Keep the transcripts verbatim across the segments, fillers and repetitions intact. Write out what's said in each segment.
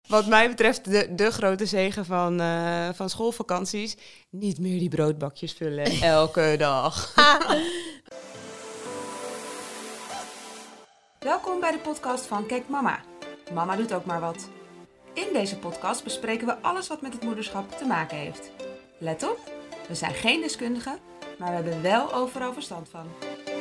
Wat mij betreft de, de grote zegen van, uh, van schoolvakanties. Niet meer die broodbakjes vullen elke dag. Welkom bij de podcast van Kijk Mama. Mama doet ook maar wat. In deze podcast bespreken we alles wat met het moederschap te maken heeft. Let op, we zijn geen deskundigen, maar we hebben wel overal verstand van.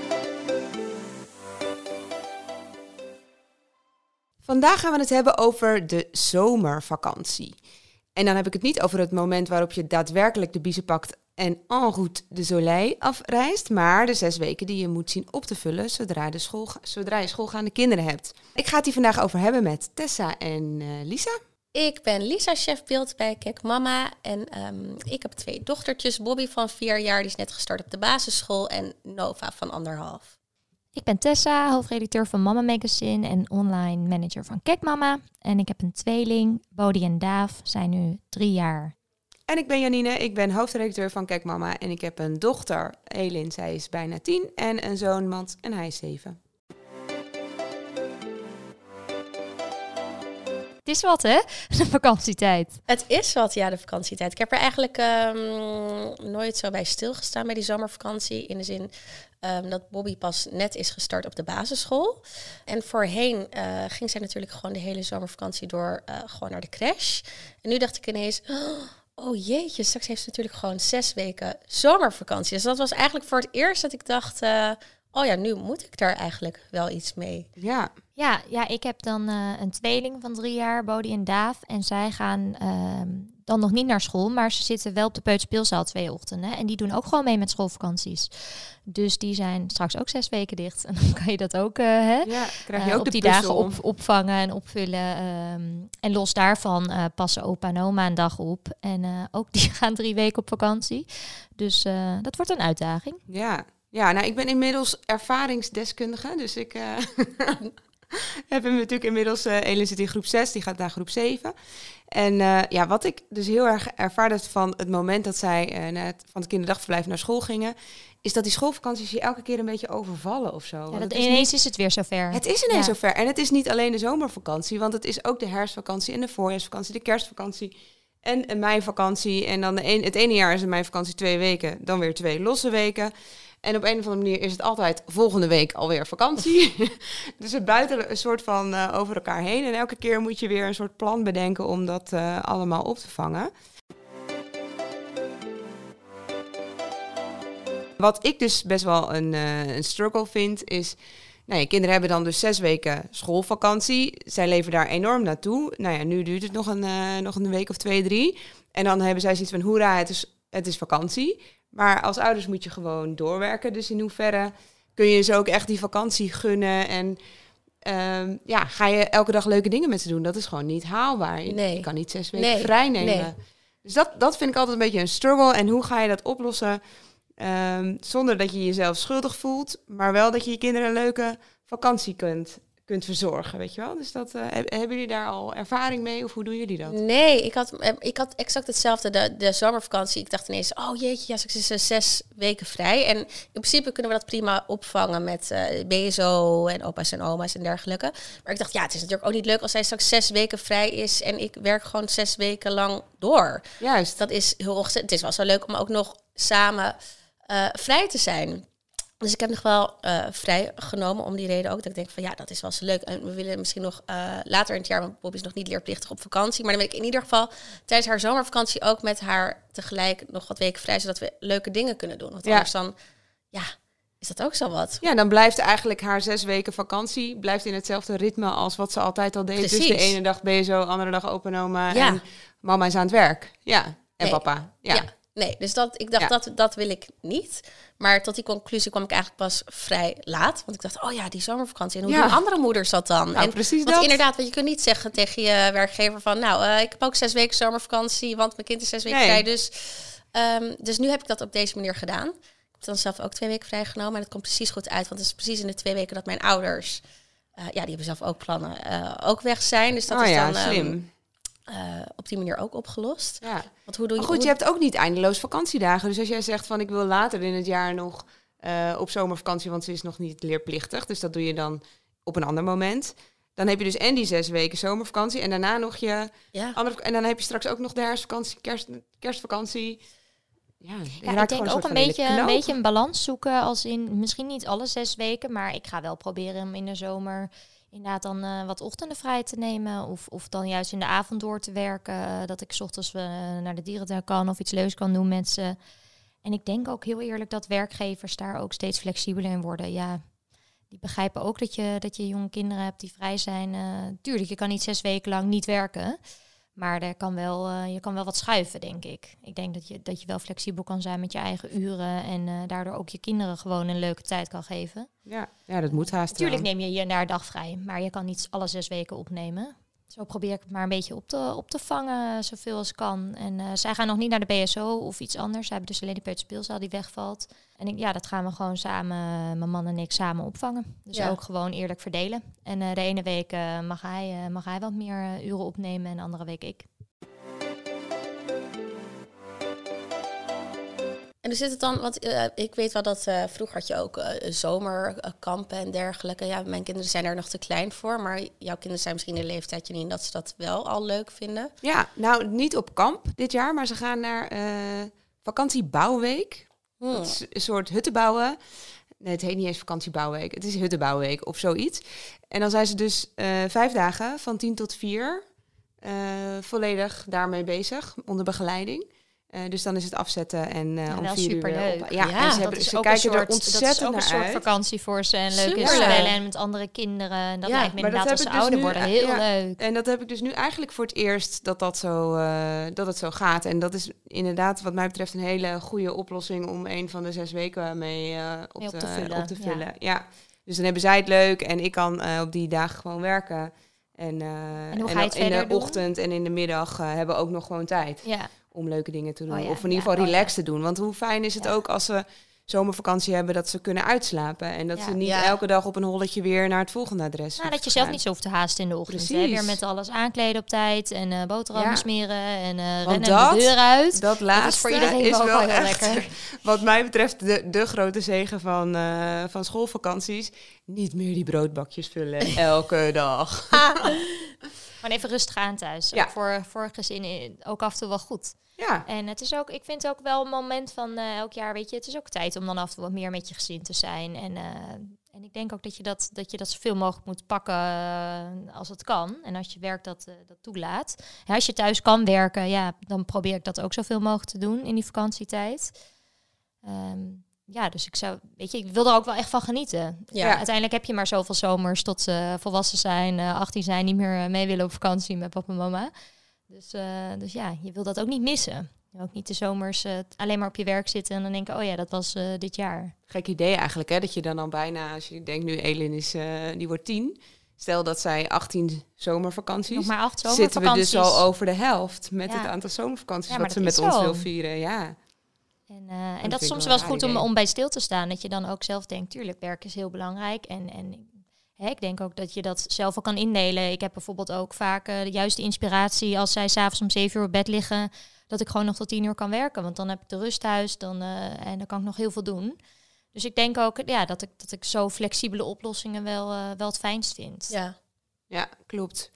Vandaag gaan we het hebben over de zomervakantie. En dan heb ik het niet over het moment waarop je daadwerkelijk de biezen pakt en en route de soleil afreist, maar de zes weken die je moet zien op te vullen zodra, de school, zodra je schoolgaande kinderen hebt. Ik ga het hier vandaag over hebben met Tessa en uh, Lisa. Ik ben Lisa, chef beeld bij Kijk Mama en um, ik heb twee dochtertjes. Bobby van vier jaar, die is net gestart op de basisschool, en Nova van anderhalf. Ik ben Tessa, hoofdredacteur van Mama Magazine en online manager van Kijk Mama. En ik heb een tweeling, Bodie en Daaf, zijn nu drie jaar. En ik ben Janine, ik ben hoofdredacteur van Kijk Mama en ik heb een dochter, Elin, zij is bijna tien, en een zoon, Mats, en hij is zeven. Het is wat, hè? De vakantietijd. Het is wat, ja, de vakantietijd. Ik heb er eigenlijk um, nooit zo bij stilgestaan bij die zomervakantie. In de zin um, dat Bobby pas net is gestart op de basisschool. En voorheen uh, ging zij natuurlijk gewoon de hele zomervakantie door uh, gewoon naar de crash. En nu dacht ik ineens, oh jeetje, straks heeft ze natuurlijk gewoon zes weken zomervakantie. Dus dat was eigenlijk voor het eerst dat ik dacht, Uh, oh ja, nu moet ik daar eigenlijk wel iets mee. Ja, ja, ja ik heb dan uh, een tweeling van drie jaar, Bodie en Daaf. En zij gaan uh, dan nog niet naar school, maar ze zitten wel op de peuterspeelzaal twee ochtenden. En die doen ook gewoon mee met schoolvakanties. Dus die zijn straks ook zes weken dicht. En dan kan je dat ook, uh, hè, ja, krijg je ook uh, op de die puzzel. dagen op, opvangen en opvullen. Um, en los daarvan uh, passen opa en oma een dag op. En uh, ook die gaan drie weken op vakantie. Dus uh, dat wordt een uitdaging. Ja. Ja, nou, ik ben inmiddels ervaringsdeskundige, dus ik uh, heb hem natuurlijk inmiddels, uh, Elin zit in groep zes, die gaat naar groep zeven. En uh, ja, wat ik dus heel erg ervaarde van het moment dat zij uh, naar het, van het kinderdagverblijf naar school gingen, is dat die schoolvakanties je elke keer een beetje overvallen of zo. Ja, dat is ineens niet, is het weer zover. Het is ineens ja. zover. En het is niet alleen de zomervakantie, want het is ook de herfstvakantie en de voorjaarsvakantie, de kerstvakantie en een meivakantie. En dan de een, het ene jaar is een meivakantie twee weken, dan weer twee losse weken. En op een of andere manier is het altijd volgende week alweer vakantie. Dus het buiten een soort van uh, over elkaar heen. En elke keer moet je weer een soort plan bedenken om dat uh, allemaal op te vangen. Wat ik dus best wel een, uh, een struggle vind is, nou ja, kinderen hebben dan dus zes weken schoolvakantie. Zij leven daar enorm naartoe. Nou ja, nu duurt het nog een, uh, nog een week of twee, drie. En dan hebben zij zoiets van, hoera, het is, het is vakantie. Maar als ouders moet je gewoon doorwerken. Dus in hoeverre kun je ze ook echt die vakantie gunnen? En um, ja, ga je elke dag leuke dingen met ze doen? Dat is gewoon niet haalbaar. Je, nee. je kan niet zes weken nee. vrij nemen. Nee. Dus dat, dat vind ik altijd een beetje een struggle. En hoe ga je dat oplossen um, zonder dat je jezelf schuldig voelt, maar wel dat je je kinderen een leuke vakantie kunt, kunt verzorgen, weet je wel? Dus dat, uh, hebben jullie daar al ervaring mee of hoe doen jullie dat? Nee, ik had, ik had exact hetzelfde, de, de zomervakantie. Ik dacht ineens, oh jeetje, ja, straks is zes weken vrij. En in principe kunnen we dat prima opvangen met uh, B S O en opa's en oma's en dergelijke. Maar ik dacht, ja, het is natuurlijk ook niet leuk als hij straks zes weken vrij is en ik werk gewoon zes weken lang door. Juist. Dat is heel ontzettend. Het is wel zo leuk om ook nog samen uh, vrij te zijn. Dus ik heb nog wel uh, vrij genomen om die reden ook. Dat ik denk van ja, dat is wel zo leuk. En we willen misschien nog uh, later in het jaar, want Bob is nog niet leerplichtig op vakantie. Maar dan wil ik in ieder geval tijdens haar zomervakantie ook met haar tegelijk nog wat weken vrij. Zodat we leuke dingen kunnen doen. Want ja. anders dan, ja, is dat ook zo wat. Ja, dan blijft eigenlijk haar zes weken vakantie blijft in hetzelfde ritme als wat ze altijd al deed. Precies. Dus de ene dag B S O, andere dag opa en oma Ja. en mama is aan het werk. Ja, en Nee. papa. Ja. Ja. Nee, dus dat, ik dacht, Ja. dat, dat wil ik niet. Maar tot die conclusie kwam ik eigenlijk pas vrij laat. Want ik dacht, oh ja, die zomervakantie. En hoe Ja. doen andere moeders dat dan? Nou, en, precies want dat. inderdaad, want je kunt niet zeggen tegen je werkgever van, nou, uh, ik heb ook zes weken zomervakantie, want mijn kind is zes weken Nee. vrij. Dus, um, dus nu heb ik dat op deze manier gedaan. Ik heb dan zelf ook twee weken vrijgenomen. En het komt precies goed uit. Want het is precies in de twee weken dat mijn ouders, uh, ja, die hebben zelf ook plannen, uh, ook weg zijn. Dus dat oh is ja, dan slim. Um, Uh, op die manier ook opgelost. Ja. Want hoe doe je, Maar goed, hoe... je hebt ook niet eindeloos vakantiedagen. Dus als jij zegt van ik wil later in het jaar nog uh, op zomervakantie, want ze is nog niet leerplichtig. Dus dat doe je dan op een ander moment. Dan heb je dus en die zes weken zomervakantie en daarna nog je Ja. andere... En dan heb je straks ook nog de herfstvakantie, kerst, kerstvakantie. Ja, je Ja, raakt ik denk gewoon ook soort een van in de beetje, een knoop. beetje een balans zoeken. Als in, misschien niet alle zes weken, maar ik ga wel proberen om in de zomer inderdaad dan uh, wat ochtenden vrij te nemen. Of, of dan juist in de avond door te werken. Uh, dat ik 's ochtends uh, naar de dierentuin kan of iets leuks kan doen met ze. En ik denk ook heel eerlijk dat werkgevers daar ook steeds flexibeler in worden. Ja, die begrijpen ook dat je, dat je jonge kinderen hebt die vrij zijn. Uh, tuurlijk, je kan niet zes weken lang niet werken. Maar er kan wel, uh, je kan wel wat schuiven, denk ik. Ik denk dat je, dat je wel flexibel kan zijn met je eigen uren. En uh, daardoor ook je kinderen gewoon een leuke tijd kan geven. Ja, ja dat moet haast. Natuurlijk wel. neem je hier en daar een dag vrij. Maar je kan niet alle zes weken opnemen. Zo probeer ik het maar een beetje op te, op te vangen, zoveel als kan. En uh, zij gaan nog niet naar de B S O of iets anders. Ze hebben dus alleen de peuterspeelzaal die wegvalt. En ik, ja, dat gaan we gewoon samen, mijn man en ik, samen opvangen. Dus Ja. ook gewoon eerlijk verdelen. En uh, de ene week uh, mag, hij, uh, mag hij wat meer uh, uren opnemen en de andere week ik. En hoe zit het dan, want uh, ik weet wel dat uh, vroeger had je ook uh, zomerkampen en dergelijke. Ja, mijn kinderen zijn er nog te klein voor, maar jouw kinderen zijn misschien in de leeftijd, Janine, dat ze dat wel al leuk vinden. Ja, nou niet op kamp dit jaar, maar ze gaan naar uh, vakantiebouwweek. Hmm. Dat is een soort hutten bouwen. Nee, het heet niet eens vakantiebouwweek. Het is huttenbouwweek of zoiets. En dan zijn ze dus uh, vijf dagen van tien tot vier uh, volledig daarmee bezig, onder begeleiding. Uh, dus dan is het afzetten en uh, ja, om vier uur weer op. Ja, ja en ze, hebben, ze kijken er ontzettend naar uit. Dat is ook een soort vakantie voor ze en leuke Super. spelen en met andere kinderen. En dat ja, lijkt me inderdaad als ze dus ouder nu, worden heel ja, leuk. En dat heb ik dus nu eigenlijk voor het eerst dat, dat, zo, uh, dat het zo gaat. En dat is inderdaad wat mij betreft een hele goede oplossing om een van de zes weken mee uh, op, mee op te, te vullen. Op te vullen. Ja. Ja. Dus dan hebben zij het leuk en ik kan uh, op die dagen gewoon werken. En, uh, en hoe ga je het en in de doen? ochtend en in de middag uh, hebben we ook nog gewoon tijd. Ja. Om leuke dingen te doen. Oh ja, of in ieder geval ja, relaxed oh ja. te doen. Want hoe fijn is het ja. ook als ze zomervakantie hebben, dat ze kunnen uitslapen. En dat ja. ze niet ja. elke dag op een holletje weer naar het volgende adres Nou, dat je zelf niet zo hoeft te haasten in de ochtend. Hè? Weer met alles aankleden op tijd en uh, boterhammen ja. smeren en uh, rennen dat, de deur uit. Dat laatste dat is voor iedereen is wel, wel heel echt, lekker. Wat mij betreft de, de grote zegen van, uh, van schoolvakanties. Niet meer die broodbakjes vullen elke dag. Gewoon even rustig aan thuis. Ja. Ook voor, voor gezinnen ook af en toe wel goed. Ja. En het is ook, ik vind het ook wel een moment van uh, elk jaar, weet je, het is ook tijd om dan af en toe wat meer met je gezin te zijn. En, uh, en ik denk ook dat je dat, dat je dat zoveel mogelijk moet pakken uh, als het kan. En als je werk dat, uh, dat toelaat. En als je thuis kan werken, ja, dan probeer ik dat ook zoveel mogelijk te doen in die vakantietijd. Um, ja, dus ik zou, weet je, ik wil er ook wel echt van genieten. Ja. Ja, uiteindelijk heb je maar zoveel zomers tot ze volwassen zijn, uh, achttien zijn, niet meer uh, mee willen op vakantie met papa en mama. Dus, uh, dus ja, je wil dat ook niet missen. Ook niet de zomers uh, alleen maar op je werk zitten en dan denken, oh ja, dat was uh, dit jaar. Gek idee eigenlijk, hè? Dat je dan al bijna, als je denkt nu, Elin is, uh, die wordt tien. Stel dat zij achttien zomervakanties. Nog maar acht zomervakanties. Zitten we dus al over de helft met ja. het aantal zomervakanties ja, wat ze met zo. ons wil vieren. Ja. En, uh, en dat, dat is soms wel eens goed om, om bij stil te staan. Dat je dan ook zelf denkt, tuurlijk, werk is heel belangrijk. En, en hè, ik denk ook dat je dat zelf al kan indelen. Ik heb bijvoorbeeld ook vaak uh, de juiste inspiratie als zij 's avonds om zeven uur op bed liggen, dat ik gewoon nog tot tien uur kan werken. Want dan heb ik de rust thuis dan, uh, en dan kan ik nog heel veel doen. Dus ik denk ook ja, dat, ik, dat ik zo flexibele oplossingen wel, uh, wel het fijnst vind. Ja, ja klopt.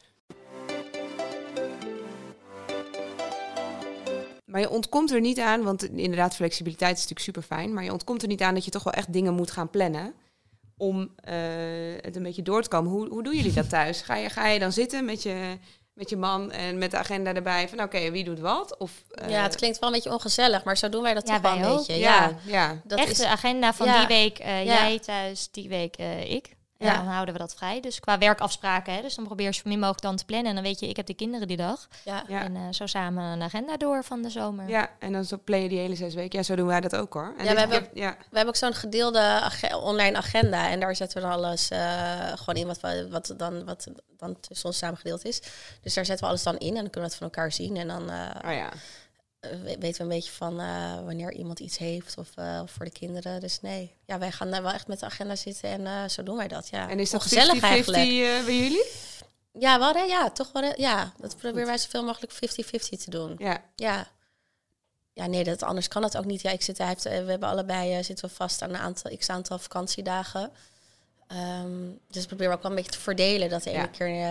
Maar je ontkomt er niet aan, want inderdaad, flexibiliteit is natuurlijk super fijn. Maar je ontkomt er niet aan dat je toch wel echt dingen moet gaan plannen om uh, het een beetje door te komen. Hoe, hoe doen jullie dat thuis? Ga je, ga je dan zitten met je, met je man en met de agenda erbij van oké, okay, wie doet wat? Of, uh... ja, het klinkt wel een beetje ongezellig, maar zo doen wij dat ja, toch wel een ook. beetje. Ja, ja. ja. Dat echt is de agenda van ja. die week uh, ja. jij thuis, die week uh, ik. En ja. dan houden we dat vrij. Dus qua werkafspraken, hè, dus dan probeer je zo min mogelijk dan te plannen. En dan weet je, ik heb de kinderen die dag. Ja. Ja. En uh, zo samen een agenda door van de zomer. Ja, en dan zo plan je die hele zes weken. Ja, zo doen wij dat ook hoor. En ja, we hebben, heb, ja. we hebben ook zo'n gedeelde ag- online agenda. En daar zetten we dan alles uh, gewoon in wat, we, wat, dan, wat dan tussen ons samen gedeeld is. Dus daar zetten we alles dan in. En dan kunnen we het van elkaar zien. En dan uh, oh ja. weten we een beetje van uh, wanneer iemand iets heeft. Of, uh, of voor de kinderen. Dus nee. Ja, wij gaan daar wel echt met de agenda zitten. En uh, zo doen wij dat. Ja. En is dat gezellig eigenlijk uh, bij jullie? Ja, wel, hè? Ja, toch wel. Hè? Ja, dat proberen wij zoveel mogelijk vijftig vijftig te doen. Ja. Ja. Ja, nee, dat, anders kan dat ook niet. Ja, ik zit, hij heeft, we hebben allebei uh, zitten we vast aan een aantal, x aantal vakantiedagen. Um, dus ik probeer ook wel een beetje te verdelen. Dat de ene Ja. keer... Uh,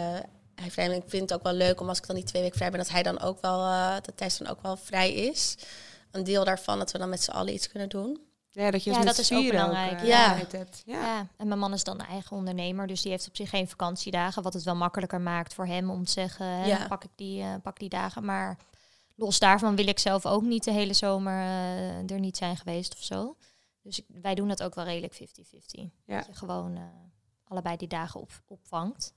hij vrij, ik vind het ook wel leuk om als ik dan die twee weken vrij ben... dat hij dan ook wel, uh, dat Thijs dan ook wel vrij is. Een deel daarvan dat we dan met z'n allen iets kunnen doen. Ja, dat je Ja, met dat is ook vieren belangrijk. uh, Ja. hebt. Ja. Ja, en mijn man is dan eigen ondernemer, dus die heeft op zich geen vakantiedagen, wat het wel makkelijker maakt voor hem om te zeggen, hè, Ja. dan pak ik die, uh, pak die dagen. Maar los daarvan wil ik zelf ook niet de hele zomer uh, er niet zijn geweest of zo. Dus ik, wij doen dat ook wel redelijk vijftig vijftig. Ja. Dat je gewoon uh, allebei die dagen op, opvangt.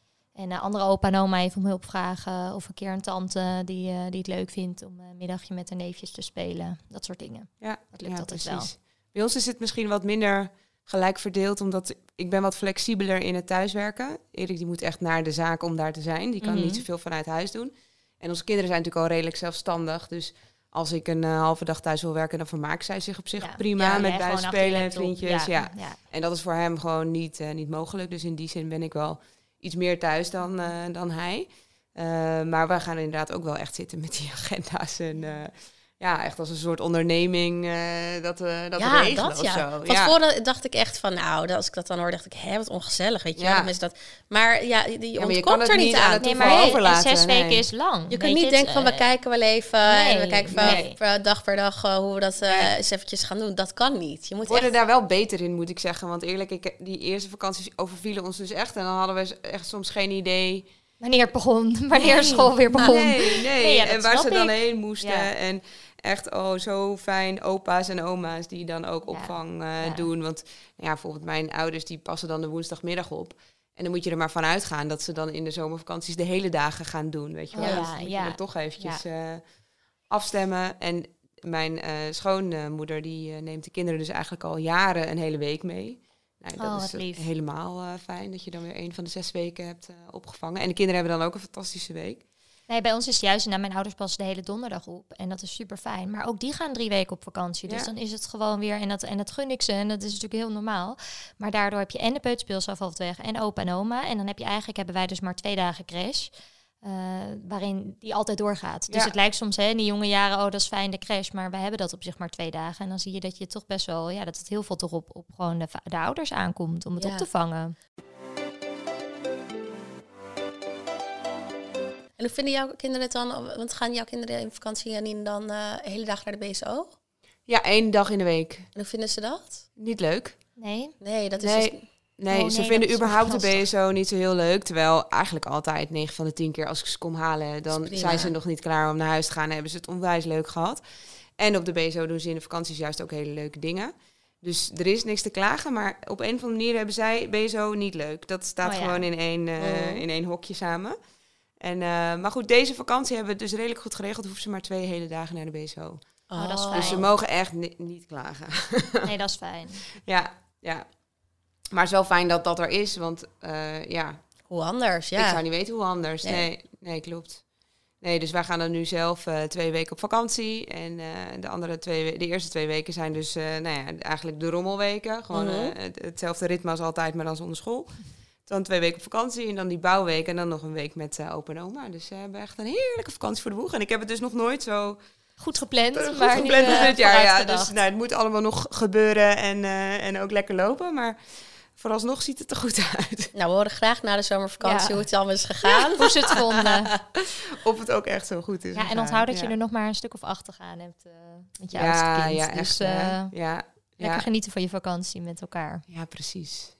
En uh, andere opa en oma even om hulp vragen, of een keer een tante die, uh, die het leuk vindt om een middagje met de neefjes te spelen. Dat soort dingen. Ja, Dat lukt ja, altijd precies. wel. Bij ons is het misschien wat minder gelijk verdeeld, omdat ik ben wat flexibeler in het thuiswerken. Erik die moet echt naar de zaak om daar te zijn. Die kan Mm-hmm. niet zoveel vanuit huis doen. En onze kinderen zijn natuurlijk al redelijk zelfstandig. Dus als ik een uh, halve dag thuis wil werken, dan vermaakt zij zich op zich Ja. prima Ja, met jij buiten gewoon achter je spelen en laptop. vriendjes. Ja. Ja, ja. En dat is voor hem gewoon niet, uh, niet mogelijk. Dus in die zin ben ik wel iets meer thuis dan, uh, dan hij. Uh, maar we gaan inderdaad ook wel echt zitten met die agenda's en... Uh, Ja, echt als een soort onderneming uh, dat, uh, dat ja, regelen dat of ja. zo. Van Ja. tevoren dacht ik echt van, nou, dat, als ik dat dan hoor, dacht ik, hé, wat ongezellig, weet je Ja. wel. Is dat, maar ja, je, je Ja, maar je ontkomt kan het er niet niet aan. aan het Nee, toeval maar hey, overlaten, zes nee. weken is lang. Je weet kunt niet het, denken van, we uh, kijken wel even nee, en we kijken van, nee. per dag per dag uh, hoe we dat uh, Nee. eens eventjes gaan doen. Dat kan niet. Je moet We worden echt... daar wel beter in, moet ik zeggen. Want eerlijk, ik, die eerste vakanties overvielen ons dus echt. En dan hadden we echt soms geen idee. Wanneer het begon, wanneer school weer begon. Nee, nee. Nee, ja, dat en waar snap ze dan ik. heen moesten. Ja. En echt, oh, zo fijn. Opa's en oma's die dan ook Ja. opvang uh, Ja. doen. Want ja, bijvoorbeeld mijn ouders, die passen dan de woensdagmiddag op. En dan moet je er maar van uitgaan dat ze dan in de zomervakanties de hele dagen gaan doen, weet je wel. Ja, Dus dan moet ja. je dan toch eventjes uh, afstemmen. En mijn uh, schoonmoeder, die uh, neemt de kinderen dus eigenlijk al jaren een hele week mee. Nou, dat Oh, is wat lief. helemaal uh, fijn dat je dan weer een van de zes weken hebt uh, opgevangen. En de kinderen hebben dan ook een fantastische week. Nee, bij ons is het juist, nou, mijn ouders passen de hele donderdag op. En dat is super fijn. Maar ook die gaan drie weken op vakantie. Dus Ja. dan is het gewoon weer, en dat, en dat gun ik ze. En dat is natuurlijk heel normaal. Maar daardoor heb je en de peuterspeelzaal weg en opa en oma. En dan heb je eigenlijk, hebben wij dus maar twee dagen crash. Uh, waarin die altijd doorgaat. Dus Ja. het lijkt soms, hè, in die jonge jaren, oh, dat is fijn, de crash. Maar wij hebben dat op zich maar twee dagen. En dan zie je dat je toch best wel, ja, dat het heel veel toch op, op gewoon de, va- de ouders aankomt om het Ja. op te vangen. En hoe vinden jouw kinderen het dan? Want gaan jouw kinderen in vakantie en in dan uh, hele dag naar de B S O? Ja, één dag in de week. En hoe vinden ze dat? Niet leuk. Nee? Nee, dat is Nee. dus... Nee, Oh, nee, ze dat vinden is überhaupt de lastig. B S O niet zo heel leuk. Terwijl eigenlijk altijd negen van de tien keer als ik ze kom halen, dan prima. zijn ze nog niet klaar om naar huis te gaan. En hebben ze het onwijs leuk gehad. En op de B S O doen ze in de vakanties juist ook hele leuke dingen. Dus er is niks te klagen. Maar op een of andere manier hebben zij B S O niet leuk. Dat staat Oh ja. gewoon in één, uh, Oh. in één hokje samen. En, uh, maar goed, deze vakantie hebben we het dus redelijk goed geregeld. Hoeven ze maar twee hele dagen naar de B S O. Oh, dat is Dus fijn. ze mogen echt ni- niet klagen. Nee, dat is fijn. Ja, ja. Maar het is wel fijn dat dat er is. Want uh, ja, Hoe anders, ja. ik zou niet weten hoe anders. Nee. Nee, nee, klopt. Nee, dus wij gaan dan nu zelf uh, twee weken op vakantie. En uh, de andere twee, we- de eerste twee weken zijn dus uh, nou ja, eigenlijk de rommelweken. Gewoon uh, Mhm. het, hetzelfde ritme als altijd, maar dan zonder school. Dan twee weken op vakantie en dan die bouwweek en dan nog een week met uh, opa en oma. Dus we hebben echt een heerlijke vakantie voor de boeg. En ik heb het dus nog nooit zo Goed gepland, goed maar gepland nu, als uh, dit jaar. Ja, vooruitgedacht. dus nou, het moet allemaal nog gebeuren en, uh, en ook lekker lopen. Maar vooralsnog ziet het er goed uit. Nou, we horen graag na de zomervakantie Ja. hoe het allemaal is gegaan. Hoe ze het vonden. Of het ook echt zo goed is. Ja, en gegaan. onthoud dat je Ja. er nog maar een stuk of acht te gaan hebt uh, met je Ja, oudste kind. ja, dus echt. uh, hè. ja, lekker ja. genieten van je vakantie met elkaar. Ja, precies.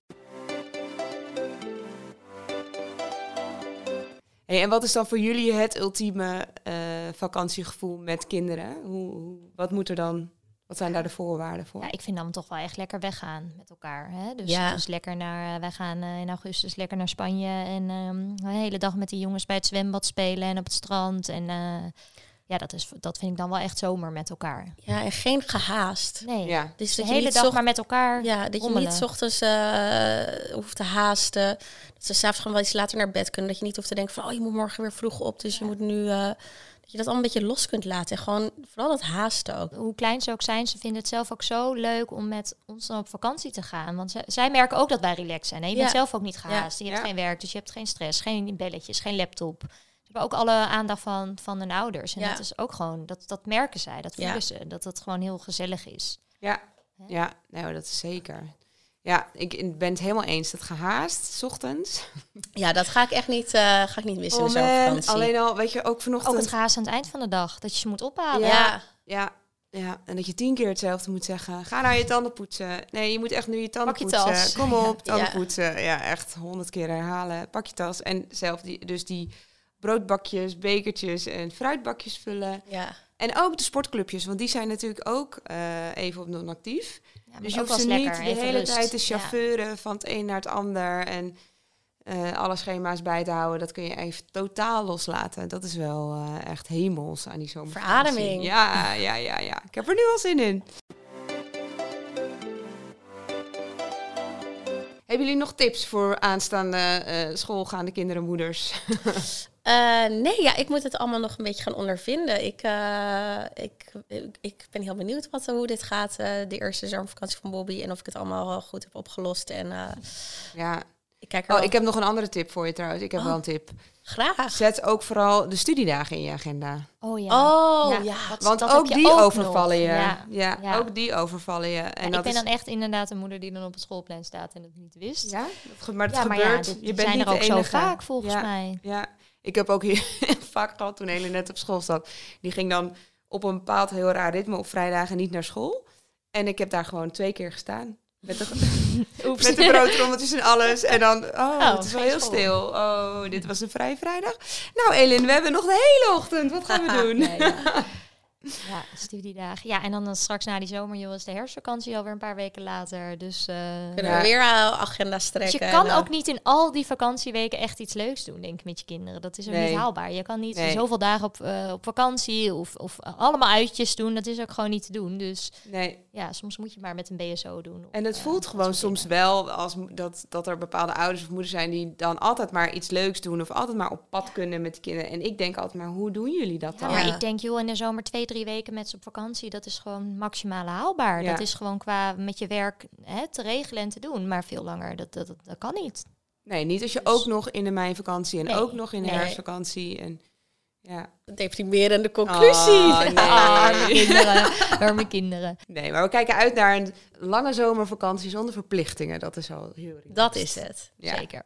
Hey, en wat is dan voor jullie het ultieme uh, vakantiegevoel met kinderen? Hoe, hoe, wat moet er dan? Wat zijn daar de voorwaarden voor? Ja, ik vind dan toch wel echt lekker weggaan met elkaar. Hè? Dus, Ja. dus lekker naar, uh, wij gaan uh, in augustus lekker naar Spanje en um, een hele dag met die jongens bij het zwembad spelen en op het strand. En uh, ja, dat, is, dat vind ik dan wel echt zomer met elkaar. Ja, en geen gehaast. Nee, Ja, Dus de dat je hele niet dag zocht- maar met elkaar. Ja, dat je rommelen. niet 's ochtends uh, hoeft te haasten. Dat ze s'avonds gewoon wel iets later naar bed kunnen. Dat je niet hoeft te denken van, oh, je moet morgen weer vroeg op. Dus je moet nu... Uh, dat je dat al een beetje los kunt laten. En gewoon vooral dat haasten ook. Hoe klein ze ook zijn, ze vinden het zelf ook zo leuk om met ons dan op vakantie te gaan. Want zij, zij merken ook dat wij relaxed zijn. Hè? Je Ja. bent zelf ook niet gehaast. Je hebt Ja. geen werk, dus je hebt geen stress, geen belletjes, geen laptop. Ze hebben ook alle aandacht van, van hun ouders. En Ja. dat is ook gewoon, dat, dat merken zij, dat voelen Ja. ze. Dat het gewoon heel gezellig is. ja, ja, nou, dat is zeker. Ja, ik ben het helemaal eens. Dat gehaast, 's ochtends. Ja, dat ga ik echt niet, uh, ga ik niet missen Oh in de man, zomervakantie. alleen al, weet je, ook vanochtend... Ook het gehaast aan het eind van de dag. Dat je ze moet ophalen. Ja, Ja. ja, ja. En dat je tien keer hetzelfde moet zeggen. Ga nou je tanden poetsen. Nee, je moet echt nu je tanden Pak je poetsen. tas. Kom op, Ja. tanden Ja. poetsen. Ja, echt honderd keer herhalen. Pak je tas. En zelf die, dus die broodbakjes, bekertjes en fruitbakjes vullen. Ja. En ook de sportclubjes, want die zijn natuurlijk ook uh, even op non-actief. Ja, maar Dus je ook hoeft ze wel niet lekker, de even hele rust. tijd te Ja. chauffeuren van het een naar het ander. En uh, alle schema's bij te houden. Dat kun je even totaal loslaten. Dat is wel uh, echt hemels aan die zomervakantie. Verademing. Ja, ja, ja, ja. Ik heb er nu al zin in. Hebben jullie nog tips voor aanstaande uh, schoolgaande kinderenmoeders? Uh, nee, ja, ik moet het allemaal nog een beetje gaan ondervinden. Ik, uh, ik, ik, ik ben heel benieuwd wat, hoe dit gaat, uh, de eerste zomervakantie van Bobby. En of ik het allemaal goed heb opgelost. En, uh, ja. ik, kijk er oh, al... ik heb nog een andere tip voor je trouwens. Ik heb oh, wel een tip. Graag. Zet ook vooral de studiedagen in je agenda. Oh ja. Oh, ja. ja. Dat, Want dat ook heb je die ook overvallen nog. je. Ja. Ja, Ja. ook die overvallen je. En Ja, dat ik ben is... dan echt inderdaad een moeder die dan op het schoolplein staat en het niet wist. Ja, dat ge- maar het Ja, maar gebeurt. ja, dit- je die bent zijn niet er ook de zo enige. vaak volgens Ja. mij. Ja, ik heb ook heel vaak gehad toen Helen net op school zat. Die ging dan op een bepaald heel raar ritme op vrijdagen niet naar school. En ik heb daar gewoon twee keer gestaan. Met de, met de broodrommeltjes en alles. En dan, oh, Oh, het is wel geen heel school. stil. Oh, dit was een vrije vrijdag. Nou, Elin, we hebben nog de hele ochtend. Wat gaan we doen? Nee, ja. Ja, studiedagen. Ja, en dan, dan straks na die zomer, joh, is de herfstvakantie alweer een paar weken later. Dus, uh, Kunnen Ja. we weer uh, agenda's trekken. dus je kan en, uh, ook niet in al die vakantieweken echt iets leuks doen, denk ik, met je kinderen. Dat is ook Nee. niet haalbaar. Je kan niet Nee. zoveel dagen op, uh, op vakantie of, of uh, allemaal uitjes doen. Dat is ook gewoon niet te doen. Dus Nee. ja, soms moet je maar met een B S O doen. Of, En het uh, voelt dat gewoon soort soms dingen. wel als mo- dat, dat er bepaalde ouders of moeders zijn die dan altijd maar iets leuks doen of altijd maar op pad kunnen met de kinderen. En ik denk altijd maar, hoe doen jullie dat Ja, dan? maar Ja. ik denk, joh, in de zomer twee, drie weken met ze op vakantie, dat is gewoon maximale haalbaar. Ja. Dat is gewoon qua met je werk hè, te regelen en te doen. Maar veel langer, dat, dat, dat, dat kan niet. Nee, niet als je Dus- ook nog in de meivakantie en Nee. ook nog in de Nee. herfstvakantie. En, ja. deprimerende conclusie. Oh, nee. Ah, kinderen, arme kinderen. Nee, maar we kijken uit naar een lange zomervakantie zonder verplichtingen. Dat is al heel relaxed. Dat is het. Ja. Zeker.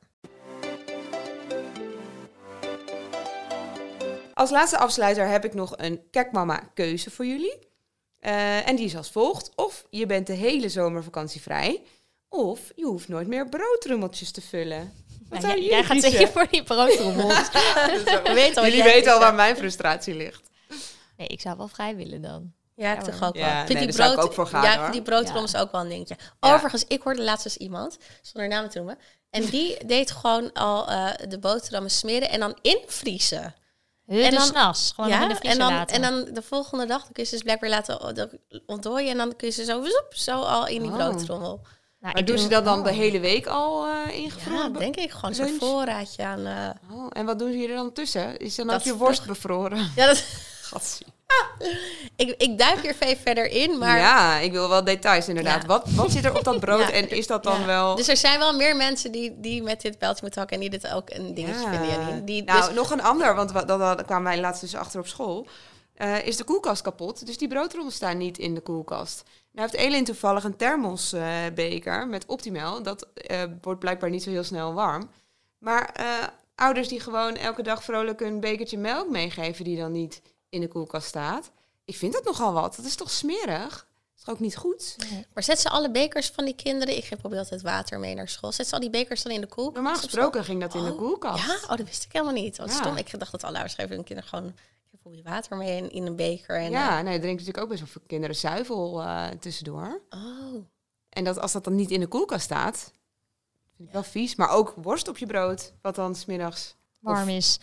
Als laatste afsluiter heb ik nog een Kekmama keuze voor jullie. Uh, en die is als volgt. Of je bent de hele zomervakantie vrij. Of je hoeft nooit meer broodrummeltjes te vullen. Wat Nou, zou jij, jullie jij gaat kiezen? zeker voor die broodtrommels. We weten al wat Jullie jij weten al kiest, waar hè? mijn frustratie ligt. Nee, ik zou wel vrij willen dan. Ja, ik Ja, toch hoor. ook wel. Ja, Ik vind nee, die daar zou ik brood, ook voor gaan, ja, ik hoor. vind die broodtrommels Ja. ook wel een dingetje. Ja. Overigens, ik hoorde laatst dus iemand, zonder naam te noemen, en die deed gewoon al uh, de boterhammen smeren en dan invriezen. Huh, En dus dan- s'nachts, gewoon nog in de en vriezer dan, laten. en dan de volgende dag dan kun je ze dus blijkbaar laten o- ontdooien en dan kun je ze zo, zoep, zo al in die Oh. broodtrommel. Nou, Maar ik doen ze doe- dat dan oh. de hele week al uh, ingevroren? Ja, denk ik. Gewoon zo'n lunch? voorraadje aan... Uh, Oh, en wat doen ze hier dan tussen? Is dan Dat ook je is worst toch- bevroren? ja, dat, Gatsie. ik, ik duik hier even verder in, maar... Ja, ik wil wel details inderdaad. Ja. Wat, wat zit er op dat brood Ja. en is dat dan Ja. wel... Dus er zijn wel meer mensen die, die met dit pijltje moeten hakken en die dit ook een dingetje Ja. vinden, Janine. Die, Nou, dus, nog een ander, want wat- dat, dat kwamen wij laatst dus achter op school. Uh, is de koelkast kapot, dus die broodrommels staan niet in de koelkast. Nou heeft Elin toevallig een thermosbeker uh, met Optimal. Dat uh, wordt blijkbaar niet zo heel snel warm. Maar uh, ouders die gewoon elke dag vrolijk een bekertje melk meegeven die dan niet in de koelkast staat. Ik vind dat nogal wat. Dat is toch smerig? Dat is toch ook niet goed? Nee. maar zet ze alle bekers van die kinderen... Ik geef bijvoorbeeld altijd water mee naar school. Zet ze al die bekers dan in de koelkast? Normaal of zo? gesproken ging dat in de Oh, koelkast. Ja? Oh, dat wist ik helemaal niet. Wat Ja. stom. Ik dacht dat alle ouders geven hun kinderen gewoon... Je water mee in, in een beker. En, Ja, nee, er drinken natuurlijk ook best wel veel kinderen zuivel uh, tussendoor. uh, oh. En dat als dat dan niet in de koelkast staat, vind ik wel vies. Maar ook worst op je brood, wat dan 's middags warm is.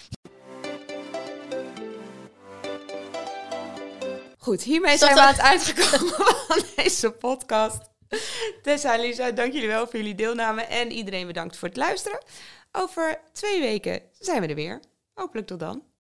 Goed, hiermee Is zijn dat we aan het uitgekomen van deze podcast. Tessa en Lisa, dank jullie wel voor jullie deelname. En iedereen bedankt voor het luisteren. Over twee weken zijn we er weer. Hopelijk tot dan.